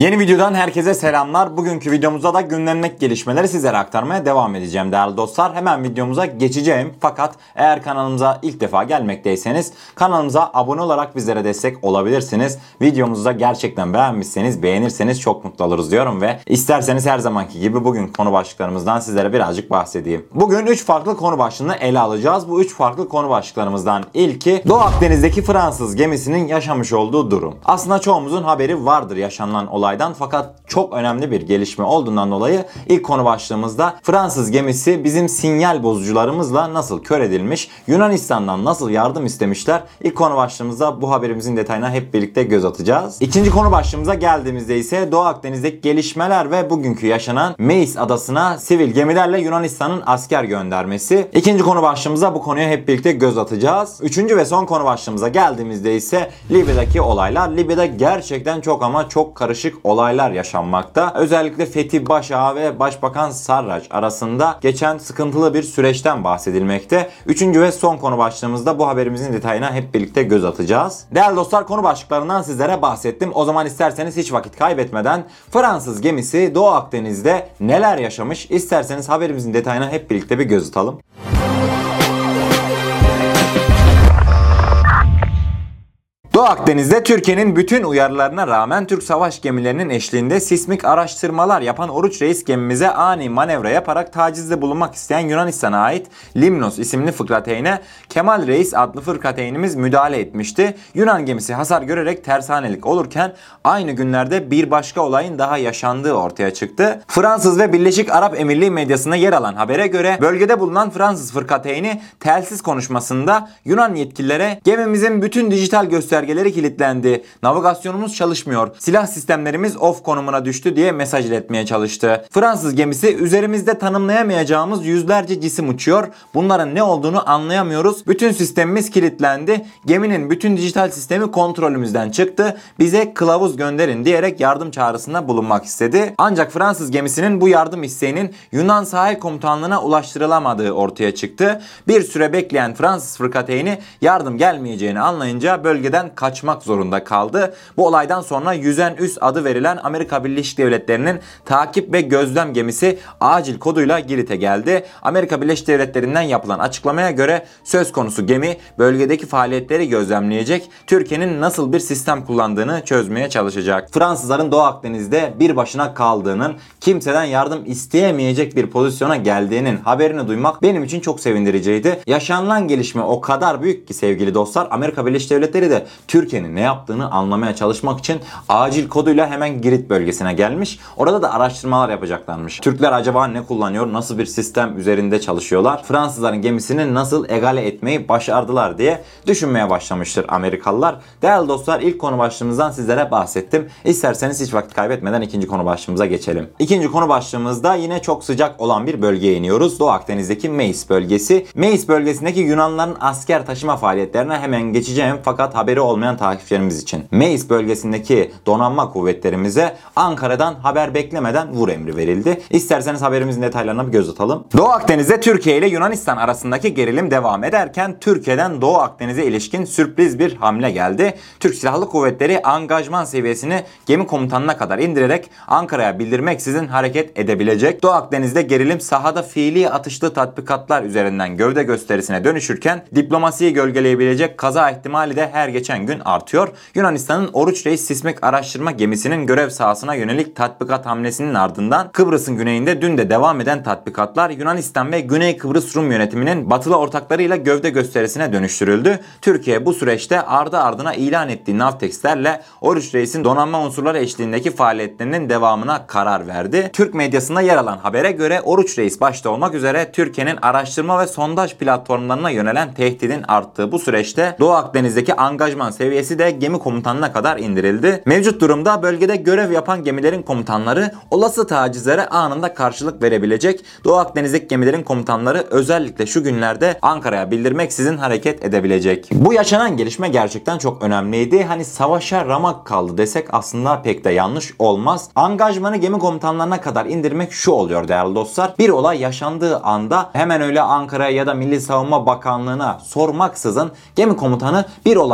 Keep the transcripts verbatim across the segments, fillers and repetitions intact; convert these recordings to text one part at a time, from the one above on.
Yeni videodan herkese selamlar. Bugünkü videomuzda da gündemdeki gelişmeleri sizlere aktarmaya devam edeceğim değerli dostlar. Hemen videomuza geçeceğim. Fakat eğer kanalımıza ilk defa gelmekteyseniz kanalımıza abone olarak bizlere destek olabilirsiniz. Videomuzu da gerçekten beğenmişseniz, beğenirseniz çok mutlu oluruz diyorum ve isterseniz her zamanki gibi bugün konu başlıklarımızdan sizlere birazcık bahsedeyim. Bugün üç farklı konu başlığını ele alacağız. Bu üç farklı konu başlıklarımızdan ilki Doğu Akdeniz'deki Fransız gemisinin yaşamış olduğu durum. Aslında çoğumuzun haberi vardır yaşanılan olay. Fakat çok önemli bir gelişme olduğundan dolayı ilk konu başlığımızda Fransız gemisi bizim sinyal bozucularımızla nasıl kör edilmiş, Yunanistan'dan nasıl yardım istemişler. İlk konu başlığımızda bu haberimizin detayına hep birlikte göz atacağız. İkinci konu başlığımıza geldiğimizde ise Doğu Akdeniz'deki gelişmeler ve bugünkü yaşanan Meis adasına sivil gemilerle Yunanistan'ın asker göndermesi. İkinci konu başlığımıza bu konuya hep birlikte göz atacağız. Üçüncü ve son konu başlığımıza geldiğimizde ise Libya'daki olaylar. Libya'da gerçekten çok ama çok karışık olaylar yaşanmakta. Özellikle Fethi Başağı ve Başbakan Sarraç arasında geçen sıkıntılı bir süreçten bahsedilmekte. Üçüncü ve son konu başlığımızda bu haberimizin detayına hep birlikte göz atacağız. Değerli dostlar, konu başlıklarından sizlere bahsettim. O zaman isterseniz hiç vakit kaybetmeden Fransız gemisi Doğu Akdeniz'de neler yaşamış, isterseniz haberimizin detayına hep birlikte bir göz atalım. Doğu Akdeniz'de Türkiye'nin bütün uyarılarına rağmen Türk savaş gemilerinin eşliğinde sismik araştırmalar yapan Oruç Reis gemimize ani manevra yaparak tacizde bulunmak isteyen Yunanistan'a ait Limnos isimli fırkateyne Kemal Reis adlı fırkateynimiz müdahale etmişti. Yunan gemisi hasar görerek tersanelik olurken aynı günlerde bir başka olayın daha yaşandığı ortaya çıktı. Fransız ve Birleşik Arap Emirliği medyasında yer alan habere göre bölgede bulunan Fransız fırkateyni telsiz konuşmasında Yunan yetkililere gemimizin bütün dijital göstergeleri kilitlendi, navigasyonumuz çalışmıyor, silah sistemlerimiz off konumuna düştü diye mesaj iletmeye çalıştı. Fransız gemisi üzerimizde tanımlayamayacağımız yüzlerce cisim uçuyor. Bunların ne olduğunu anlayamıyoruz. Bütün sistemimiz kilitlendi. Geminin bütün dijital sistemi kontrolümüzden çıktı. Bize kılavuz gönderin diyerek yardım çağrısında bulunmak istedi. Ancak Fransız gemisinin bu yardım isteğinin Yunan sahil komutanlığına ulaştırılamadığı ortaya çıktı. Bir süre bekleyen Fransız fırkateyni yardım gelmeyeceğini anlayınca bölgeden kaçmak zorunda kaldı. Bu olaydan sonra Yüzen Üs adı verilen Amerika Birleşik Devletleri'nin takip ve gözlem gemisi acil koduyla Girit'e geldi. Amerika Birleşik Devletleri'nden yapılan açıklamaya göre söz konusu gemi bölgedeki faaliyetleri gözlemleyecek, Türkiye'nin nasıl bir sistem kullandığını çözmeye çalışacak. Fransızların Doğu Akdeniz'de bir başına kaldığının, kimseden yardım isteyemeyecek bir pozisyona geldiğinin haberini duymak benim için çok sevindiriciydi. Yaşanılan gelişme o kadar büyük ki sevgili dostlar, Amerika Birleşik Devletleri de Türkiye'nin ne yaptığını anlamaya çalışmak için acil koduyla hemen Girit bölgesine gelmiş. Orada da araştırmalar yapacaklarmış. Türkler acaba ne kullanıyor, nasıl bir sistem üzerinde çalışıyorlar, Fransızların gemisini nasıl egale etmeyi başardılar diye düşünmeye başlamıştır Amerikalılar. Değerli dostlar, ilk konu başlığımızdan sizlere bahsettim. İsterseniz hiç vakit kaybetmeden ikinci konu başlığımıza geçelim. İkinci konu başlığımızda yine çok sıcak olan bir bölgeye iniyoruz. Doğu Akdeniz'deki Meis bölgesi. Meis bölgesindeki Yunanlıların asker taşıma faaliyetlerine hemen geçeceğim fakat haberi olmayan takipçilerimiz için. Meis bölgesindeki donanma kuvvetlerimize Ankara'dan haber beklemeden vur emri verildi. İsterseniz haberimizin detaylarına bir göz atalım. Doğu Akdeniz'de Türkiye ile Yunanistan arasındaki gerilim devam ederken Türkiye'den Doğu Akdeniz'e ilişkin sürpriz bir hamle geldi. Türk Silahlı Kuvvetleri angajman seviyesini gemi komutanına kadar indirerek Ankara'ya bildirmeksizin hareket edebilecek. Doğu Akdeniz'de gerilim sahada fiili atışlı tatbikatlar üzerinden gövde gösterisine dönüşürken diplomasiyi gölgeleyebilecek kaza ihtimali de her geçen gün artıyor. Yunanistan'ın Oruç Reis sismik araştırma gemisinin görev sahasına yönelik tatbikat hamlesinin ardından Kıbrıs'ın güneyinde dün de devam eden tatbikatlar Yunanistan ve Güney Kıbrıs Rum yönetiminin batılı ortaklarıyla gövde gösterisine dönüştürüldü. Türkiye bu süreçte ardı ardına ilan ettiği Navtex'lerle Oruç Reis'in donanma unsurları eşliğindeki faaliyetlerinin devamına karar verdi. Türk medyasında yer alan habere göre Oruç Reis başta olmak üzere Türkiye'nin araştırma ve sondaj platformlarına yönelen tehdidin arttığı bu süreçte Doğu Akdeniz'deki angajman seviyesi de gemi komutanına kadar indirildi. Mevcut durumda bölgede görev yapan gemilerin komutanları olası tacizlere anında karşılık verebilecek. Doğu Akdeniz'deki gemilerin komutanları özellikle şu günlerde Ankara'ya bildirmeksizin hareket edebilecek. Bu yaşanan gelişme gerçekten çok önemliydi. Hani savaşa ramak kaldı desek aslında pek de yanlış olmaz. Angajmanı gemi komutanlarına kadar indirmek şu oluyor değerli dostlar. Bir olay yaşandığı anda hemen öyle Ankara'ya ya da Milli Savunma Bakanlığı'na sormaksızın gemi komutanı bir olay yaşandığı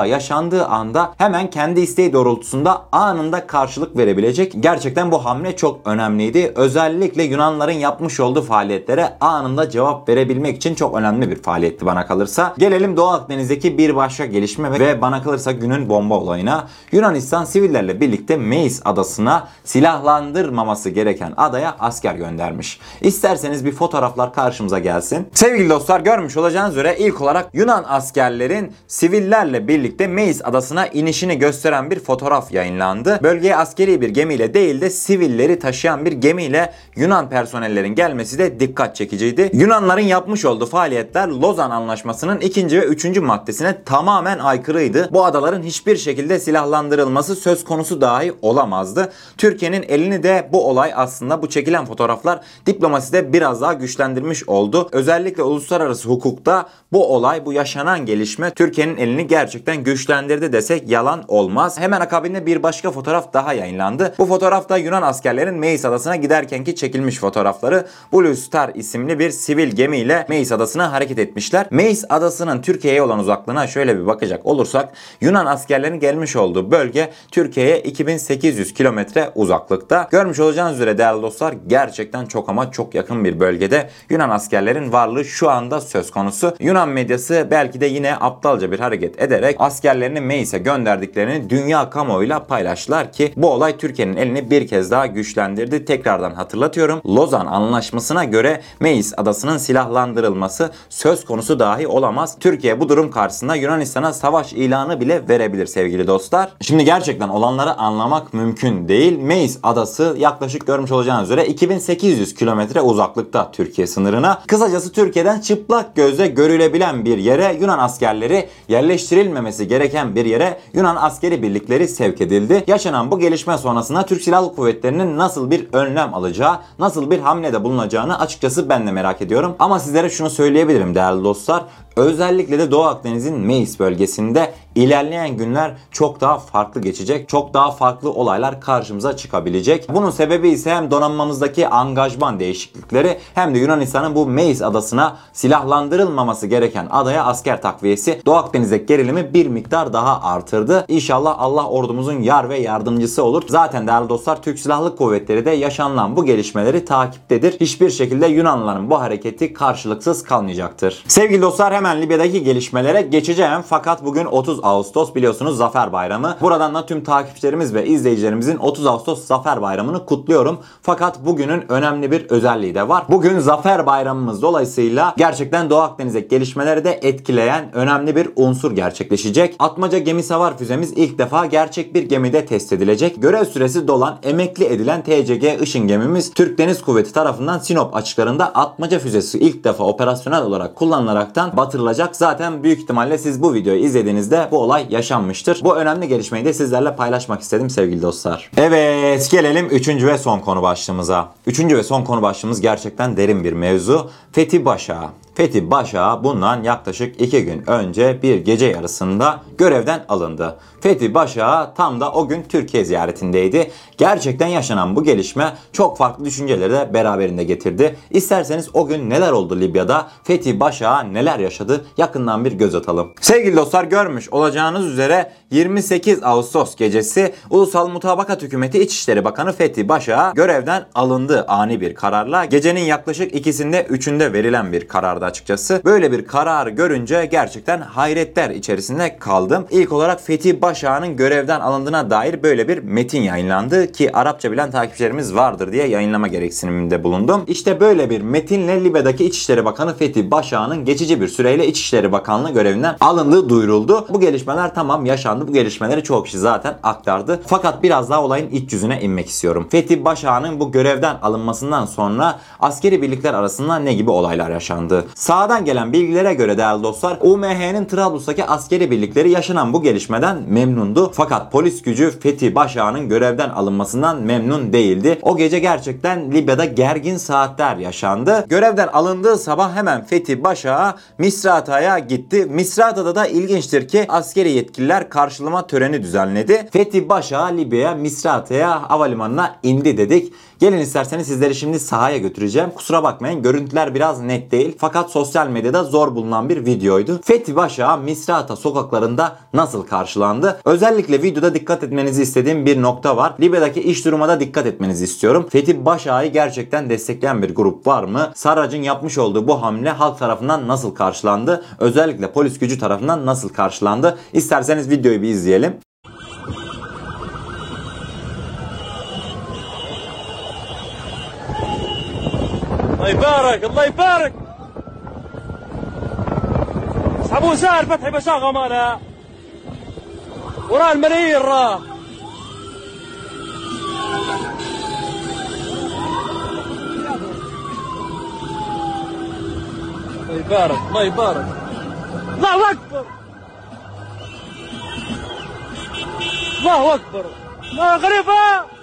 yakalandığı anda hemen kendi isteği doğrultusunda anında karşılık verebilecek. Gerçekten bu hamle çok önemliydi. Özellikle Yunanların yapmış olduğu faaliyetlere anında cevap verebilmek için çok önemli bir faaliyetti bana kalırsa. Gelelim Doğu Akdeniz'deki bir başka gelişme ve bana kalırsa günün bomba olayına. Yunanistan sivillerle birlikte Meis adasına silahlandırmaması gereken adaya asker göndermiş. İsterseniz bir fotoğraflar karşımıza gelsin. Sevgili dostlar, görmüş olacağınız üzere ilk olarak Yunan askerlerin sivillerle birlikte Meis adasına inişini gösteren bir fotoğraf yayınlandı. Bölgeye askeri bir gemiyle değil de sivilleri taşıyan bir gemiyle Yunan personellerin gelmesi de dikkat çekiciydi. Yunanların yapmış olduğu faaliyetler Lozan Anlaşması'nın ikinci ve üçüncü maddesine tamamen aykırıydı. Bu adaların hiçbir şekilde silahlandırılması söz konusu dahi olamazdı. Türkiye'nin elini de bu olay, aslında bu çekilen fotoğraflar diplomaside biraz daha güçlendirmiş oldu. Özellikle uluslararası hukukta bu olay, bu yaşanan gelişme Türkiye'nin elini gerçekten güçlendirdi desek yalan olmaz. Hemen akabinde bir başka fotoğraf daha yayınlandı. Bu fotoğrafta Yunan askerlerin Meis adasına giderkenki çekilmiş fotoğrafları. Blue Star isimli bir sivil gemiyle Meis adasına hareket etmişler. Meis adasının Türkiye'ye olan uzaklığına şöyle bir bakacak olursak, Yunan askerlerin gelmiş olduğu bölge Türkiye'ye iki bin sekiz yüz kilometre uzaklıkta. Görmüş olacağınız üzere değerli dostlar, gerçekten çok ama çok yakın bir bölgede Yunan askerlerin varlığı şu anda söz konusu. Yunan medyası belki de yine aptalca bir hareket ederek askerlerini Meis'e gönderdiklerini dünya kamuoyuyla paylaştılar ki bu olay Türkiye'nin elini bir kez daha güçlendirdi. Tekrardan hatırlatıyorum. Lozan Anlaşması'na göre Meis adasının silahlandırılması söz konusu dahi olamaz. Türkiye bu durum karşısında Yunanistan'a savaş ilanı bile verebilir sevgili dostlar. Şimdi gerçekten olanları anlamak mümkün değil. Meis adası yaklaşık görmüş olacağınız üzere iki bin sekiz yüz kilometre uzaklıkta Türkiye sınırına. Kısacası Türkiye'den çıplak gözle görülebilen bir yere Yunan askerleri, yerleştirilmemesi gereken bir yere Yunan askeri birlikleri sevk edildi. Yaşanan bu gelişme sonrasında Türk Silahlı Kuvvetleri'nin nasıl bir önlem alacağı, nasıl bir hamlede bulunacağını açıkçası ben de merak ediyorum. Ama sizlere şunu söyleyebilirim değerli dostlar. Özellikle de Doğu Akdeniz'in Meis bölgesinde ilerleyen günler çok daha farklı geçecek. Çok daha farklı olaylar karşımıza çıkabilecek. Bunun sebebi ise hem donanmamızdaki angajman değişiklikleri hem de Yunanistan'ın bu Meis adasına silahlandırılmaması gereken adaya asker takviyesi Doğu Akdeniz'deki gerilimi bir miktar daha artırdı. İnşallah Allah ordumuzun yar ve yardımcısı olur. Zaten değerli dostlar, Türk Silahlı Kuvvetleri de yaşanılan bu gelişmeleri takiptedir. Hiçbir şekilde Yunanlıların bu hareketi karşılıksız kalmayacaktır. Sevgili dostlar, hemen Libya'daki gelişmelere geçeceğim. Fakat bugün otuz Ağustos, biliyorsunuz Zafer Bayramı. Buradan da tüm takipçilerimiz ve izleyicilerimizin otuz Ağustos Zafer Bayramı'nı kutluyorum. Fakat bugünün önemli bir özelliği de var. Bugün Zafer Bayramımız dolayısıyla gerçekten Doğu Akdeniz'deki gelişmeleri de etkileyen önemli bir unsur gerçekleşecek. Atmaca gemi savar füzemiz ilk defa gerçek bir gemide test edilecek. Görev süresi dolan, emekli edilen T C G Işın gemimiz Türk Deniz Kuvveti tarafından Sinop açıklarında Atmaca füzesi ilk defa operasyonel olarak kullanılaraktan batırılacak. Zaten büyük ihtimalle siz bu videoyu izlediğinizde bu olay yaşanmıştır. Bu önemli gelişmeyi de sizlerle paylaşmak istedim sevgili dostlar. Evet, gelelim üçüncü ve son konu başlığımıza. Üçüncü ve son konu başlığımız gerçekten derin bir mevzu. Fethi Başağı. Fethi Başağı bundan yaklaşık iki gün önce bir gece yarısında görevden alındı. Fethi Başağı tam da o gün Türkiye ziyaretindeydi. Gerçekten yaşanan bu gelişme çok farklı düşünceleri de beraberinde getirdi. İsterseniz o gün neler oldu Libya'da, Fethi Başağı neler yaşadı, yakından bir göz atalım. Sevgili dostlar, görmüş olacağınız üzere yirmi sekiz Ağustos gecesi Ulusal Mutabakat Hükümeti İçişleri Bakanı Fethi Başağı görevden alındı ani bir kararla. Gecenin yaklaşık ikisinde üçünde verilen bir karardı açıkçası. Böyle bir karar görünce gerçekten hayretler içerisinde kaldım. İlk olarak Fethi Başağı'nın görevden alındığına dair böyle bir metin yayınlandı ki Arapça bilen takipçilerimiz vardır diye yayınlama gereksiniminde bulundum. İşte böyle bir metinle Libya'daki İçişleri Bakanı Fethi Başağı'nın geçici bir süreyle İçişleri Bakanlığı görevinden alındığı duyuruldu. Bu gelişmeler tamam yaşandı. Bu gelişmeleri çoğu kişi zaten aktardı. Fakat biraz daha olayın iç yüzüne inmek istiyorum. Fethi Başağı'nın bu görevden alınmasından sonra askeri birlikler arasında ne gibi olaylar yaşandı? Sağdan gelen bilgilere göre değerli dostlar, U M H'nin Trablus'taki askeri birlikleri yaşanan bu gelişmeden memnundu. Fakat polis gücü Fethi Başağı'nın görevden alınmasından memnun değildi. O gece gerçekten Libya'da gergin saatler yaşandı. Görevden alındığı sabah hemen Fethi Başağı Misrata'ya gitti. Misrata'da da ilginçtir ki askeri yetkililer karşılama töreni düzenledi. Fethi Başağı Libya'ya, Misrata'ya, havalimanına indi dedik. Gelin isterseniz sizleri şimdi sahaya götüreceğim. Kusura bakmayın, görüntüler biraz net değil. Fakat fakat sosyal medyada zor bulunan bir videoydu. Fethi Başağı Misrata sokaklarında nasıl karşılandı? Özellikle videoda dikkat etmenizi istediğim bir nokta var. Libya'daki iş durumuna dikkat etmenizi istiyorum. Fethi Başağı'yı gerçekten destekleyen bir grup var mı? Sarrac'ın yapmış olduğu bu hamle halk tarafından nasıl karşılandı? Özellikle polis gücü tarafından nasıl karşılandı? İsterseniz videoyu bir izleyelim. الله يبارك الله يبارك اسحبوا سهل فتحي بشاغة مالها وراه الملايين راه الله يبارك الله يبارك الله اكبر الله اكبر الله غريبه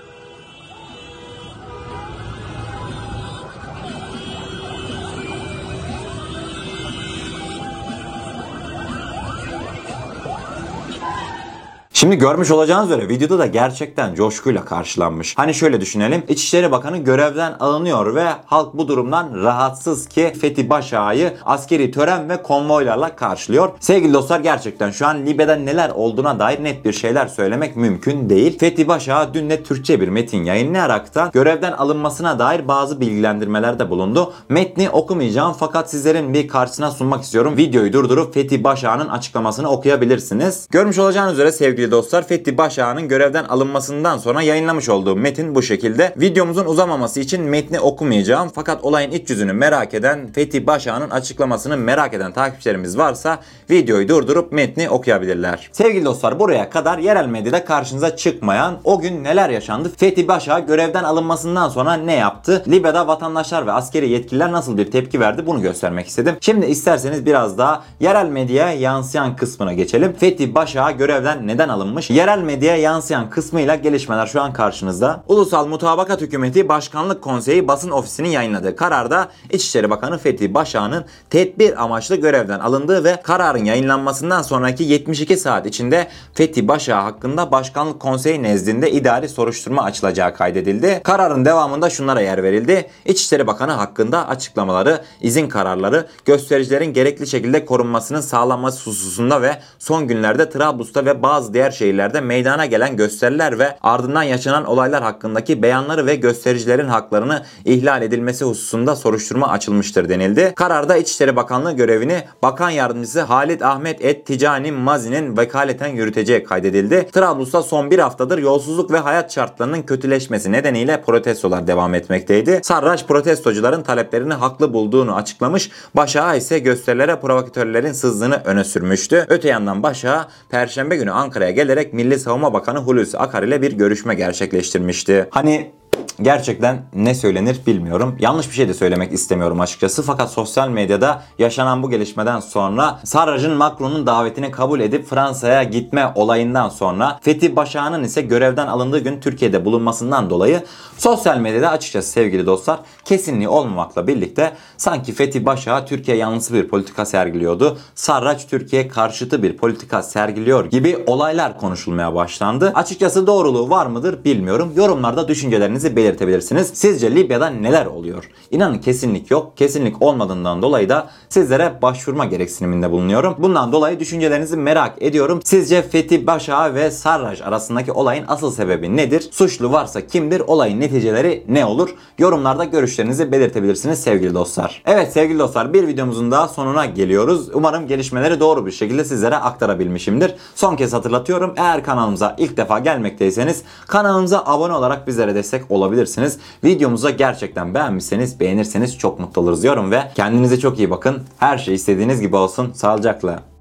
Şimdi görmüş olacağınız üzere videoda da gerçekten coşkuyla karşılanmış. Hani şöyle düşünelim. İçişleri Bakanı görevden alınıyor ve halk bu durumdan rahatsız ki Fethi Başağı'yı askeri tören ve konvoylarla karşılıyor. Sevgili dostlar, gerçekten şu an Libya'da neler olduğuna dair net bir şeyler söylemek mümkün değil. Fethi Başağı dün de Türkçe bir metin yayınlayarak da görevden alınmasına dair bazı bilgilendirmelerde bulundu. Metni okumayacağım fakat sizlerin bir karşısına sunmak istiyorum. Videoyu durdurup Fethi Başağı'nın açıklamasını okuyabilirsiniz. Görmüş olacağınız üzere sevgili dostlar, Fethi Başağı'nın görevden alınmasından sonra yayınlamış olduğu metin bu şekilde. Videomuzun uzamaması için metni okumayacağım fakat olayın iç yüzünü merak eden, Fethi Başağı'nın açıklamasını merak eden takipçilerimiz varsa videoyu durdurup metni okuyabilirler. Sevgili dostlar, buraya kadar yerel medyada karşınıza çıkmayan o gün neler yaşandı? Fethi Başağı görevden alınmasından sonra ne yaptı? Libya'da vatandaşlar ve askeri yetkililer nasıl bir tepki verdi? Bunu göstermek istedim. Şimdi isterseniz biraz daha yerel medyaya yansıyan kısmına geçelim. Fethi Başağı görevden neden alınmış? Yerel medyaya yansıyan kısmıyla gelişmeler şu an karşınızda. Ulusal Mutabakat Hükümeti Başkanlık Konseyi basın ofisinin yayınladığı kararda İçişleri Bakanı Fethi Başağı'nın tedbir amaçlı görevden alındığı ve kararın yayınlanmasından sonraki yetmiş iki saat içinde Fethi Başağı hakkında Başkanlık Konseyi nezdinde idari soruşturma açılacağı kaydedildi. Kararın devamında şunlara yer verildi. İçişleri Bakanı hakkında açıklamaları, izin kararları, göstericilerin gerekli şekilde korunmasının sağlanması hususunda ve son günlerde Trablus'ta ve bazı diğer şehirlerde meydana gelen gösteriler ve ardından yaşanan olaylar hakkındaki beyanları ve göstericilerin haklarını ihlal edilmesi hususunda soruşturma açılmıştır denildi. Kararda İçişleri Bakanlığı görevini Bakan Yardımcısı Halit Ahmet Et Ticani Mazi'nin vekaleten yürüteceği kaydedildi. Trablus'ta son bir haftadır yolsuzluk ve hayat şartlarının kötüleşmesi nedeniyle protestolar devam etmekteydi. Sarraç protestocuların taleplerini haklı bulduğunu açıklamış, Başağı ise gösterilere provokatörlerin sızdığını öne sürmüştü. Öte yandan Başağı Perşembe günü Ankara'ya gelerek Milli Savunma Bakanı Hulusi Akar ile bir görüşme gerçekleştirmişti. Hani gerçekten ne söylenir bilmiyorum. Yanlış bir şey de söylemek istemiyorum açıkçası. Fakat sosyal medyada yaşanan bu gelişmeden sonra Sarrac'ın Macron'un davetini kabul edip Fransa'ya gitme olayından sonra Fethi Başağı'nın ise görevden alındığı gün Türkiye'de bulunmasından dolayı sosyal medyada açıkçası sevgili dostlar kesinliği olmamakla birlikte sanki Fethi Başağı Türkiye yanlısı bir politika sergiliyordu. Sarraç Türkiye karşıtı bir politika sergiliyor gibi olaylar konuşulmaya başlandı. Açıkçası doğruluğu var mıdır bilmiyorum. Yorumlarda düşüncelerinizi belirtebilirsiniz. Sizce Libya'da neler oluyor? İnanın kesinlik yok. Kesinlik olmadığından dolayı da sizlere başvurma gereksiniminde bulunuyorum. Bundan dolayı düşüncelerinizi merak ediyorum. Sizce Fethi Başağı ve Sarraç arasındaki olayın asıl sebebi nedir? Suçlu varsa kimdir? Olayın neticeleri ne olur? Yorumlarda görüşlerinizi belirtebilirsiniz sevgili dostlar. Evet sevgili dostlar, bir videomuzun daha sonuna geliyoruz. Umarım gelişmeleri doğru bir şekilde sizlere aktarabilmişimdir. Son kez hatırlatıyorum. Eğer kanalımıza ilk defa gelmekteyseniz kanalımıza abone olarak bizlere destek olabilirsiniz. Videomuza gerçekten beğenmişseniz, beğenirseniz çok mutlu oluruz diyorum ve kendinize çok iyi bakın. Her şey istediğiniz gibi olsun. Sağlıcakla.